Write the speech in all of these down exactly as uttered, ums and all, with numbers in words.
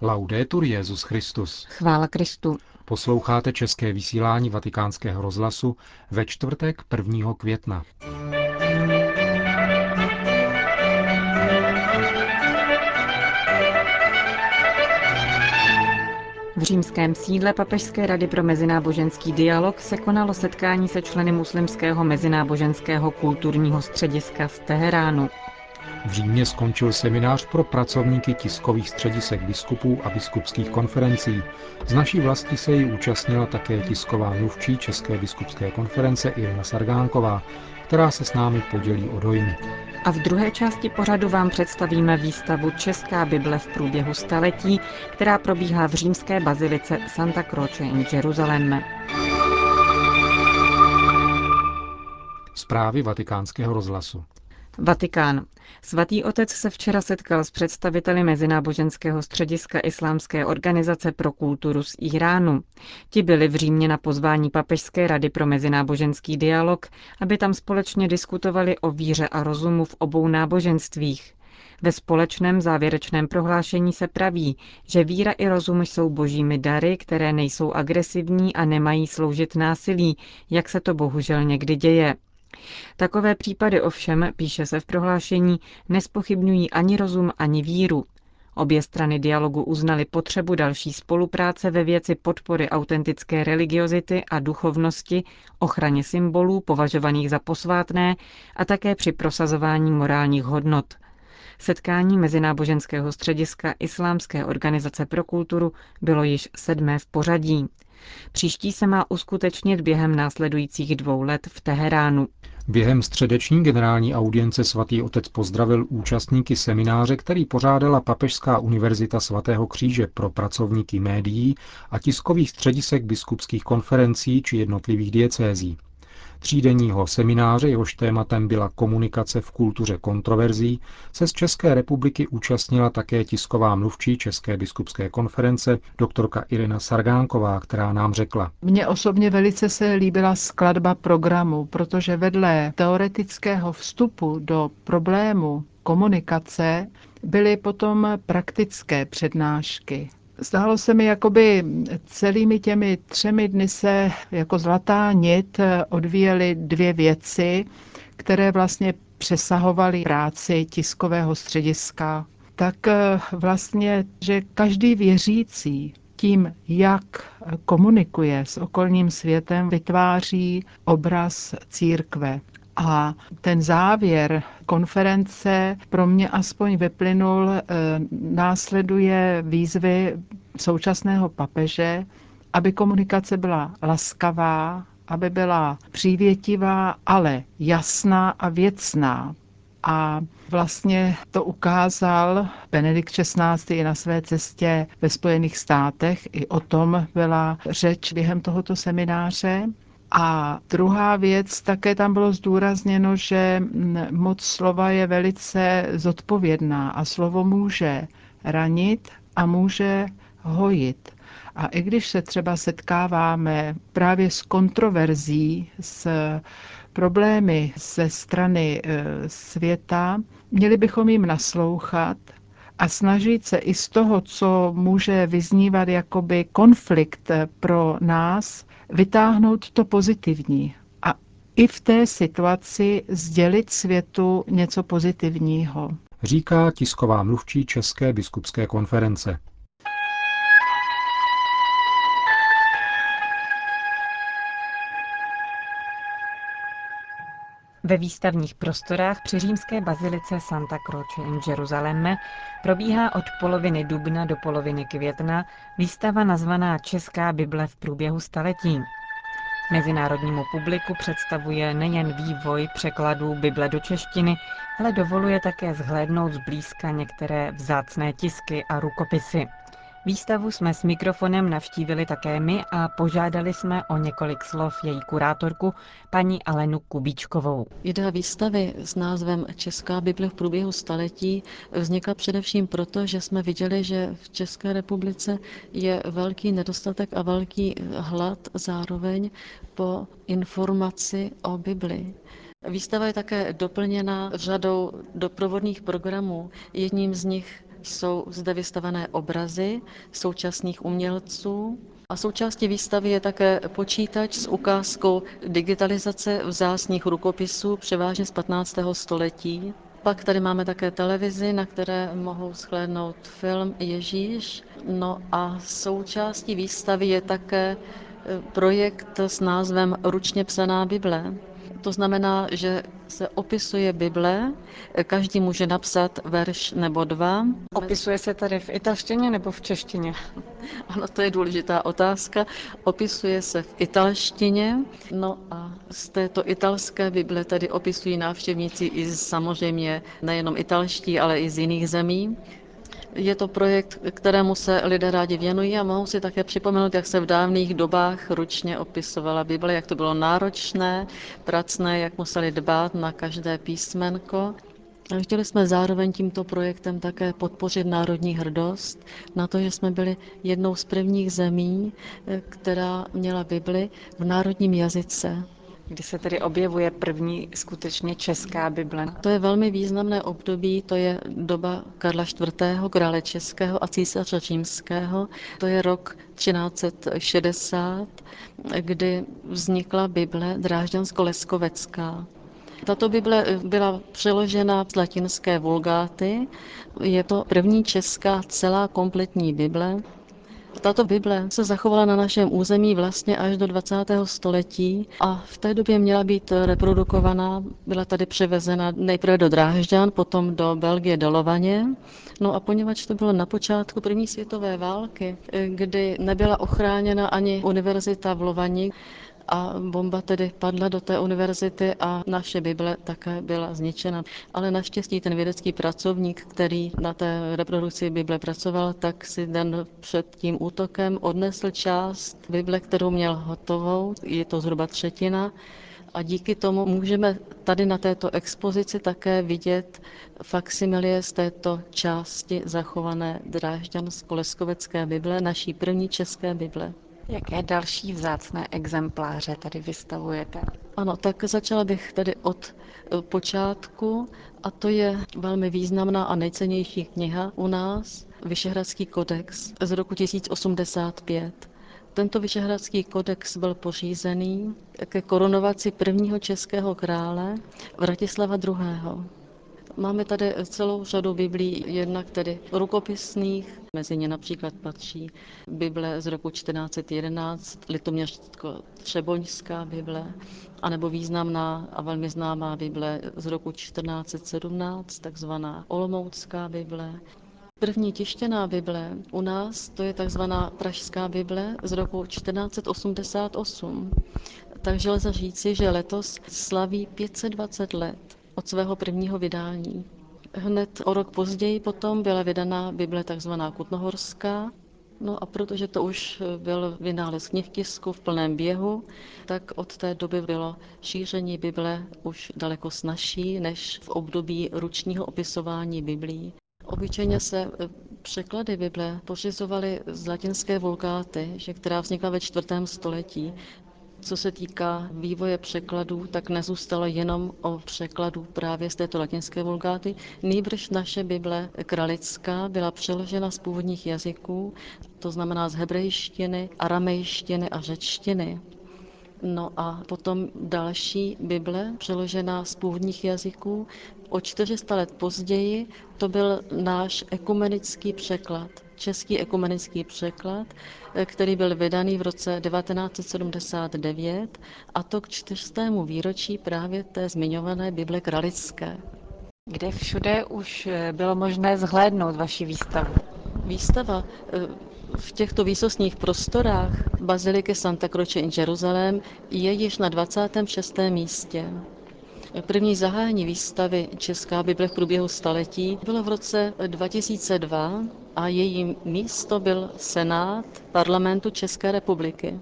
Laudetur Jesus Christus. Chvála Kristu. Posloucháte české vysílání Vatikánského rozhlasu ve čtvrtek prvního května. V římském sídle Papežské rady pro mezináboženský dialog se konalo setkání se členy muslimského mezináboženského kulturního střediska z Teheránu. V Římě skončil seminář pro pracovníky tiskových středisek biskupů a biskupských konferencí. Z naší vlasti se jí účastnila také tisková mluvčí České biskupské konference Irena Sargánková, která se s námi podělí o dojmy. A v druhé části pořadu vám představíme výstavu Česká Bible v průběhu staletí, která probíhá v římské bazilice Santa Croce in Jerusalemme. Zprávy Vatikánského rozhlasu. Vatikán. Svatý otec se včera setkal s představiteli mezináboženského střediska Islámské organizace pro kulturu z Íránu. Ti byli v Římě na pozvání Papežské rady pro mezináboženský dialog, aby tam společně diskutovali o víře a rozumu v obou náboženstvích. Ve společném závěrečném prohlášení se praví, že víra i rozum jsou božími dary, které nejsou agresivní a nemají sloužit násilí, jak se to bohužel někdy děje. Takové případy ovšem, píše se v prohlášení, nespochybňují ani rozum, ani víru. Obě strany dialogu uznaly potřebu další spolupráce ve věci podpory autentické religiozity a duchovnosti, ochraně symbolů považovaných za posvátné a také při prosazování morálních hodnot. Setkání mezináboženského střediska Islámské organizace pro kulturu bylo již sedmé v pořadí. Příští se má uskutečnit během následujících dvou let v Teheránu. Během středeční generální audience svatý otec pozdravil účastníky semináře, který pořádala Papežská univerzita svatého kříže pro pracovníky médií a tiskových středisek biskupských konferencí či jednotlivých diecézí. Třídenního semináře, jehož tématem byla komunikace v kultuře kontroverzí, se z České republiky účastnila také tisková mluvčí České biskupské konference doktorka Irena Sargánková, která nám řekla. Mně osobně velice se líbila skladba programu, protože vedle teoretického vstupu do problému komunikace byly potom praktické přednášky. Zdálo se mi, jakoby celými těmi třemi dny se jako zlatá nit odvíjely dvě věci, které vlastně přesahovaly práci tiskového střediska. Tak vlastně, že každý věřící tím, jak komunikuje s okolním světem, vytváří obraz církve. A ten závěr konference pro mě aspoň vyplynul, následuje výzvy současného papeže, aby komunikace byla laskavá, aby byla přívětivá, ale jasná a věcná. A vlastně to ukázal Benedikt šestnáctý i na své cestě ve Spojených státech. I o tom byla řeč během tohoto semináře. A druhá věc, také tam bylo zdůrazněno, že moc slova je velice zodpovědná a slovo může ranit a může hojit. A i když se třeba setkáváme právě s kontroverzí, s problémy ze strany světa, měli bychom jim naslouchat a snažit se i z toho, co může vyznívat jakoby konflikt pro nás, vytáhnout to pozitivní a i v té situaci sdělit světu něco pozitivního. Říká tisková mluvčí České biskupské konference. Ve výstavních prostorách při římské bazilice Santa Croce in Jerusalemme probíhá od poloviny dubna do poloviny května výstava nazvaná Česká Bible v průběhu staletí. Mezinárodnímu publiku představuje nejen vývoj překladů Bible do češtiny, ale dovoluje také zhlédnout zblízka některé vzácné tisky a rukopisy. Výstavu jsme s mikrofonem navštívili také my a požádali jsme o několik slov její kurátorku, paní Alenu Kubíčkovou. Idea výstavy s názvem Česká Bible v průběhu staletí vznikla především proto, že jsme viděli, že v České republice je velký nedostatek a velký hlad zároveň po informaci o Bibli. Výstava je také doplněna řadou doprovodných programů. Jedním z nich Jsou zde vystavené obrazy současných umělců a součástí výstavy je také počítač s ukázkou digitalizace vzácných rukopisů, převážně z patnáctého století. Pak tady máme také televizi, na které mohou shlédnout film Ježíš. No a součástí výstavy je také projekt s názvem Ručně psaná Bible. To znamená, že se opisuje Bible, každý může napsat verš nebo dva. Opisuje se tady v italštině nebo v češtině? Ano, to je důležitá otázka. Opisuje se v italštině, no a z této italské Bible tady opisují návštěvníci i samozřejmě nejenom italští, ale i z jiných zemí. Je to projekt, kterému se lidé rádi věnují a mohou si také připomenout, jak se v dávných dobách ručně opisovala Bible, jak to bylo náročné, pracné, jak museli dbát na každé písmenko. Chtěli jsme zároveň tímto projektem také podpořit národní hrdost na to, že jsme byli jednou z prvních zemí, která měla Bibli v národním jazyce. Kdy se tedy objevuje první skutečně česká Bible? To je velmi významné období, to je doba Karla čtvrtého. krále českého a císaře římského. To je rok třináct set šedesát, kdy vznikla Bible Drážďansko-Leskovecká. Tato Bible byla přeložena z latinské vulgáty. Je to první česká celá kompletní Bible. Tato Bible se zachovala na našem území vlastně až do dvacátého století a v té době měla být reprodukovaná. Byla tady převezena nejprve do Drážďan, potom do Belgie, do Lovaně. No a poněvadž to bylo na počátku první světové války, kdy nebyla ochráněna ani univerzita v Lovani, a bomba tedy padla do té univerzity a naše Bible také byla zničena. Ale naštěstí ten vědecký pracovník, který na té reprodukci Bible pracoval, tak si den před tím útokem odnesl část Bible, kterou měl hotovou, je to zhruba třetina, a díky tomu můžeme tady na této expozici také vidět faksimilie z této části zachované Drážďansko-Leskovecké Bible, naší první české Bible. Jaké další vzácné exempláře tady vystavujete? Ano, tak začala bych tedy od počátku a to je velmi významná a nejcennější kniha u nás, Vyšehradský kodex z roku tisíc osmdesát pět. Tento Vyšehradský kodex byl pořízený ke korunovaci prvního českého krále Vratislava druhého. Máme tady celou řadu biblí, jednak tedy rukopisných, mezi ně například patří Bible z roku čtrnáct set jedenáct, Litoměřicko-Třeboňská Bible, anebo významná a velmi známá Bible z roku čtrnáct set sedmnáct, takzvaná Olomoucká Bible. První tištěná Bible u nás, to je takzvaná Pražská Bible z roku čtrnáct set osmdesát osm. Takže lze říci, že letos slaví pět set dvacet let od svého prvního vydání. Hned o rok později potom byla vydaná Bible takzvaná Kutnohorská. No a protože to už byl vynález knihtisku v plném běhu, tak od té doby bylo šíření Bible už daleko snazší než v období ručního opisování Biblí. Obyčejně se překlady Bible pořizovaly z latinské vulgáty, že která vznikla ve čtvrtém století. Co se týká vývoje překladů, tak nezůstalo jenom o překladu právě z této latinské vulgáty. Nýbrž naše Bible kralická byla přeložena z původních jazyků, to znamená z hebrejštiny, aramejštiny a řečtiny. No a potom další Bible, přeložená z původních jazyků. O čtyři sta let později to byl náš ekumenický překlad, český ekumenický překlad, který byl vydaný v roce devatenáct set sedmdesát devět, a to k čtyřstému výročí právě té zmiňované Bible kralické. Kde všude už bylo možné zhlédnout vaši výstavu? Výstava v těchto výsostných prostorách Baziliky Santa Croce in Jerusalém je již na dvacátém šestém místě. První zahájení výstavy Česká Bible v průběhu staletí bylo v roce dva tisíce dva a její místo byl Senát Parlamentu České republiky.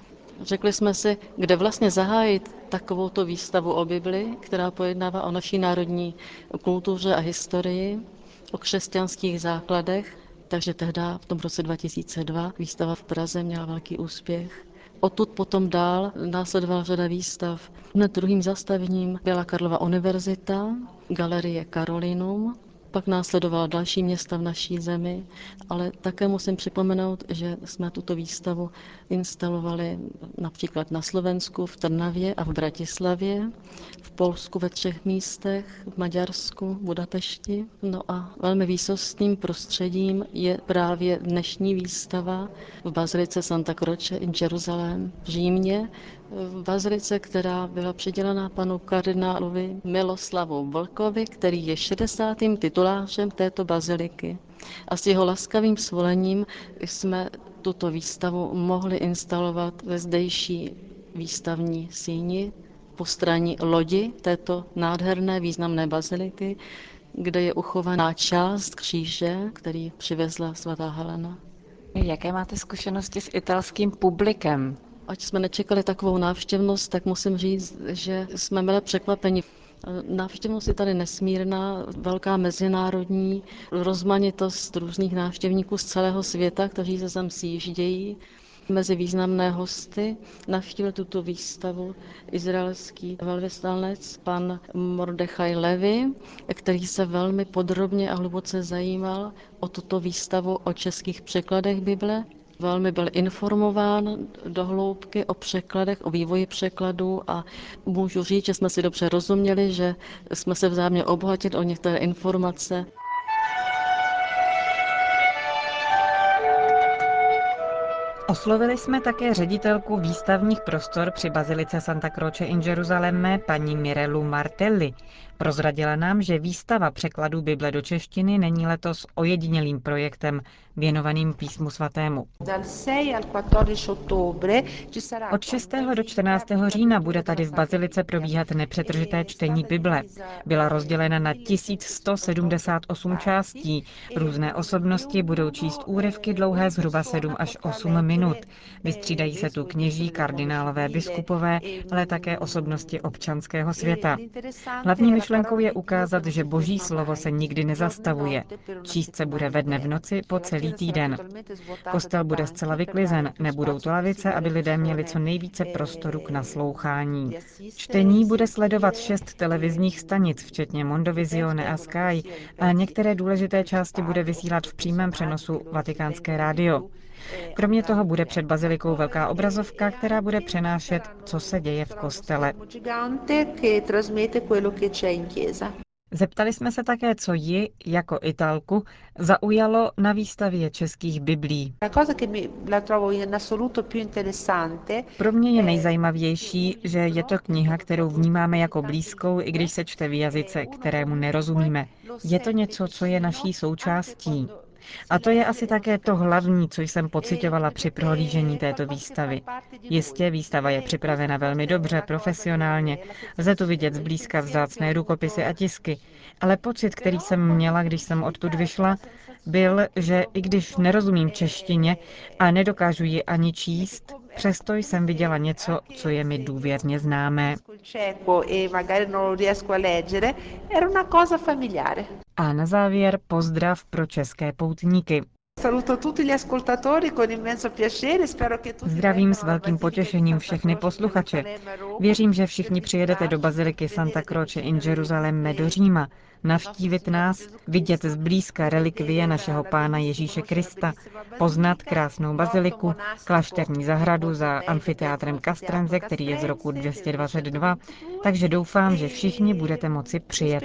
Řekli jsme si, kde vlastně zahájit takovouto výstavu o Bibli, která pojednává o naší národní kultuře a historii, o křesťanských základech. Takže tehdy v tom roce dva tisíce dva výstava v Praze měla velký úspěch. Odtud potom dál následovala řada výstav. Hned druhým zastavením byla Karlova univerzita, galerie Carolinum. Pak následovala další města v naší zemi, ale také musím připomenout, že jsme tuto výstavu instalovali například na Slovensku, v Trnavě a v Bratislavě, v Polsku ve třech místech, v Maďarsku, v Budapešti. No a velmi výsostným prostředím je právě dnešní výstava v bazilice Santa Croce in Jerusalém v Římě, v bazilice, která byla přidělena panu kardinálovi Miloslavu Vlkovi, který je šedesátým titulářem této baziliky. A s jeho laskavým svolením jsme tuto výstavu mohli instalovat ve zdejší výstavní síni v postranní lodi této nádherné významné baziliky, kde je uchovaná část kříže, který přivezla svatá Helena. Jaké máte zkušenosti s italským publikem? Ať jsme nečekali takovou návštěvnost, tak musím říct, že jsme byli překvapeni. Návštěvnost je tady nesmírná, velká mezinárodní rozmanitost různých návštěvníků z celého světa, kteří se sem sjíždějí. Mezi významné hosty navštívil tuto výstavu izraelský velvyslanec pan Mordechaj Levi, který se velmi podrobně a hluboce zajímal o tuto výstavu o českých překladech Bible. Velmi byl informován do hloubky o překladech, o vývoji překladů a můžu říct, že jsme si dobře rozuměli, že jsme se vzájemně obohatili o některé informace. Oslovili jsme také ředitelku výstavních prostor při bazilice Santa Croce in Jerusalemme, paní Mirelu Martelli. Prozradila nám, že výstava překladů Bible do češtiny není letos ojedinělým projektem věnovaným písmu svatému. Od šestého do čtrnáctého října bude tady v bazilice probíhat nepřetržité čtení Bible. Byla rozdělena na tisíc sto sedmdesát osm částí. Různé osobnosti budou číst úryvky dlouhé zhruba sedm až osm minut. Vystřídají se tu kněží, kardinálové, biskupové, ale také osobnosti občanského světa. Hlavní myšlenkou je ukázat, že Boží slovo se nikdy nezastavuje. Číst se bude ve dne v noci po celý týden. Kostel bude zcela vyklizen, nebudou to lavice, aby lidé měli co nejvíce prostoru k naslouchání. Čtení bude sledovat šest televizních stanic, včetně Mondovisione a Sky, a některé důležité části bude vysílat v přímém přenosu Vatikánské rádio. Kromě toho bude před bazilikou velká obrazovka, která bude přenášet, co se děje v kostele. Zeptali jsme se také, co ji, jako Italku, zaujalo na výstavě českých biblí. Pro mě je nejzajímavější, že je to kniha, kterou vnímáme jako blízkou, i když se čte v jazyce, kterému nerozumíme. Je to něco, co je naší součástí. A to je asi také to hlavní, co jsem pociťovala při prohlížení této výstavy. Jistě, výstava je připravena velmi dobře, profesionálně, lze tu vidět zblízka vzácné rukopisy a tisky, ale pocit, který jsem měla, když jsem odtud vyšla, byl, že i když nerozumím češtině a nedokážu ji ani číst, přesto jsem viděla něco, co je mi důvěrně známé. A na závěr pozdrav pro české poutníky. Zdravím s velkým potěšením všechny posluchače. Věřím, že všichni přijedete do baziliky Santa Croce in Jerusalemme do Říma, navštívit nás, vidět zblízka relikvie našeho Pána Ježíše Krista, poznat krásnou baziliku, klášterní zahradu za amfiteátrem Castrense, který je z roku dvě stě dvacet dva, takže doufám, že všichni budete moci přijet.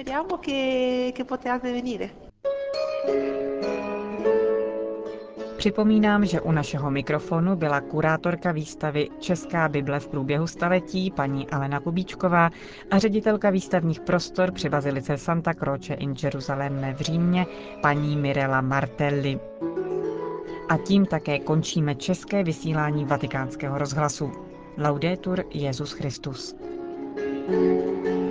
Připomínám, že u našeho mikrofonu byla kurátorka výstavy Česká Bible v průběhu staletí paní Alena Kubíčková a ředitelka výstavních prostor při bazilice Santa Croce in Jerusalemme v Římě paní Mirela Martelli. A tím také končíme české vysílání Vatikánského rozhlasu. Laudetur Jesus Christus.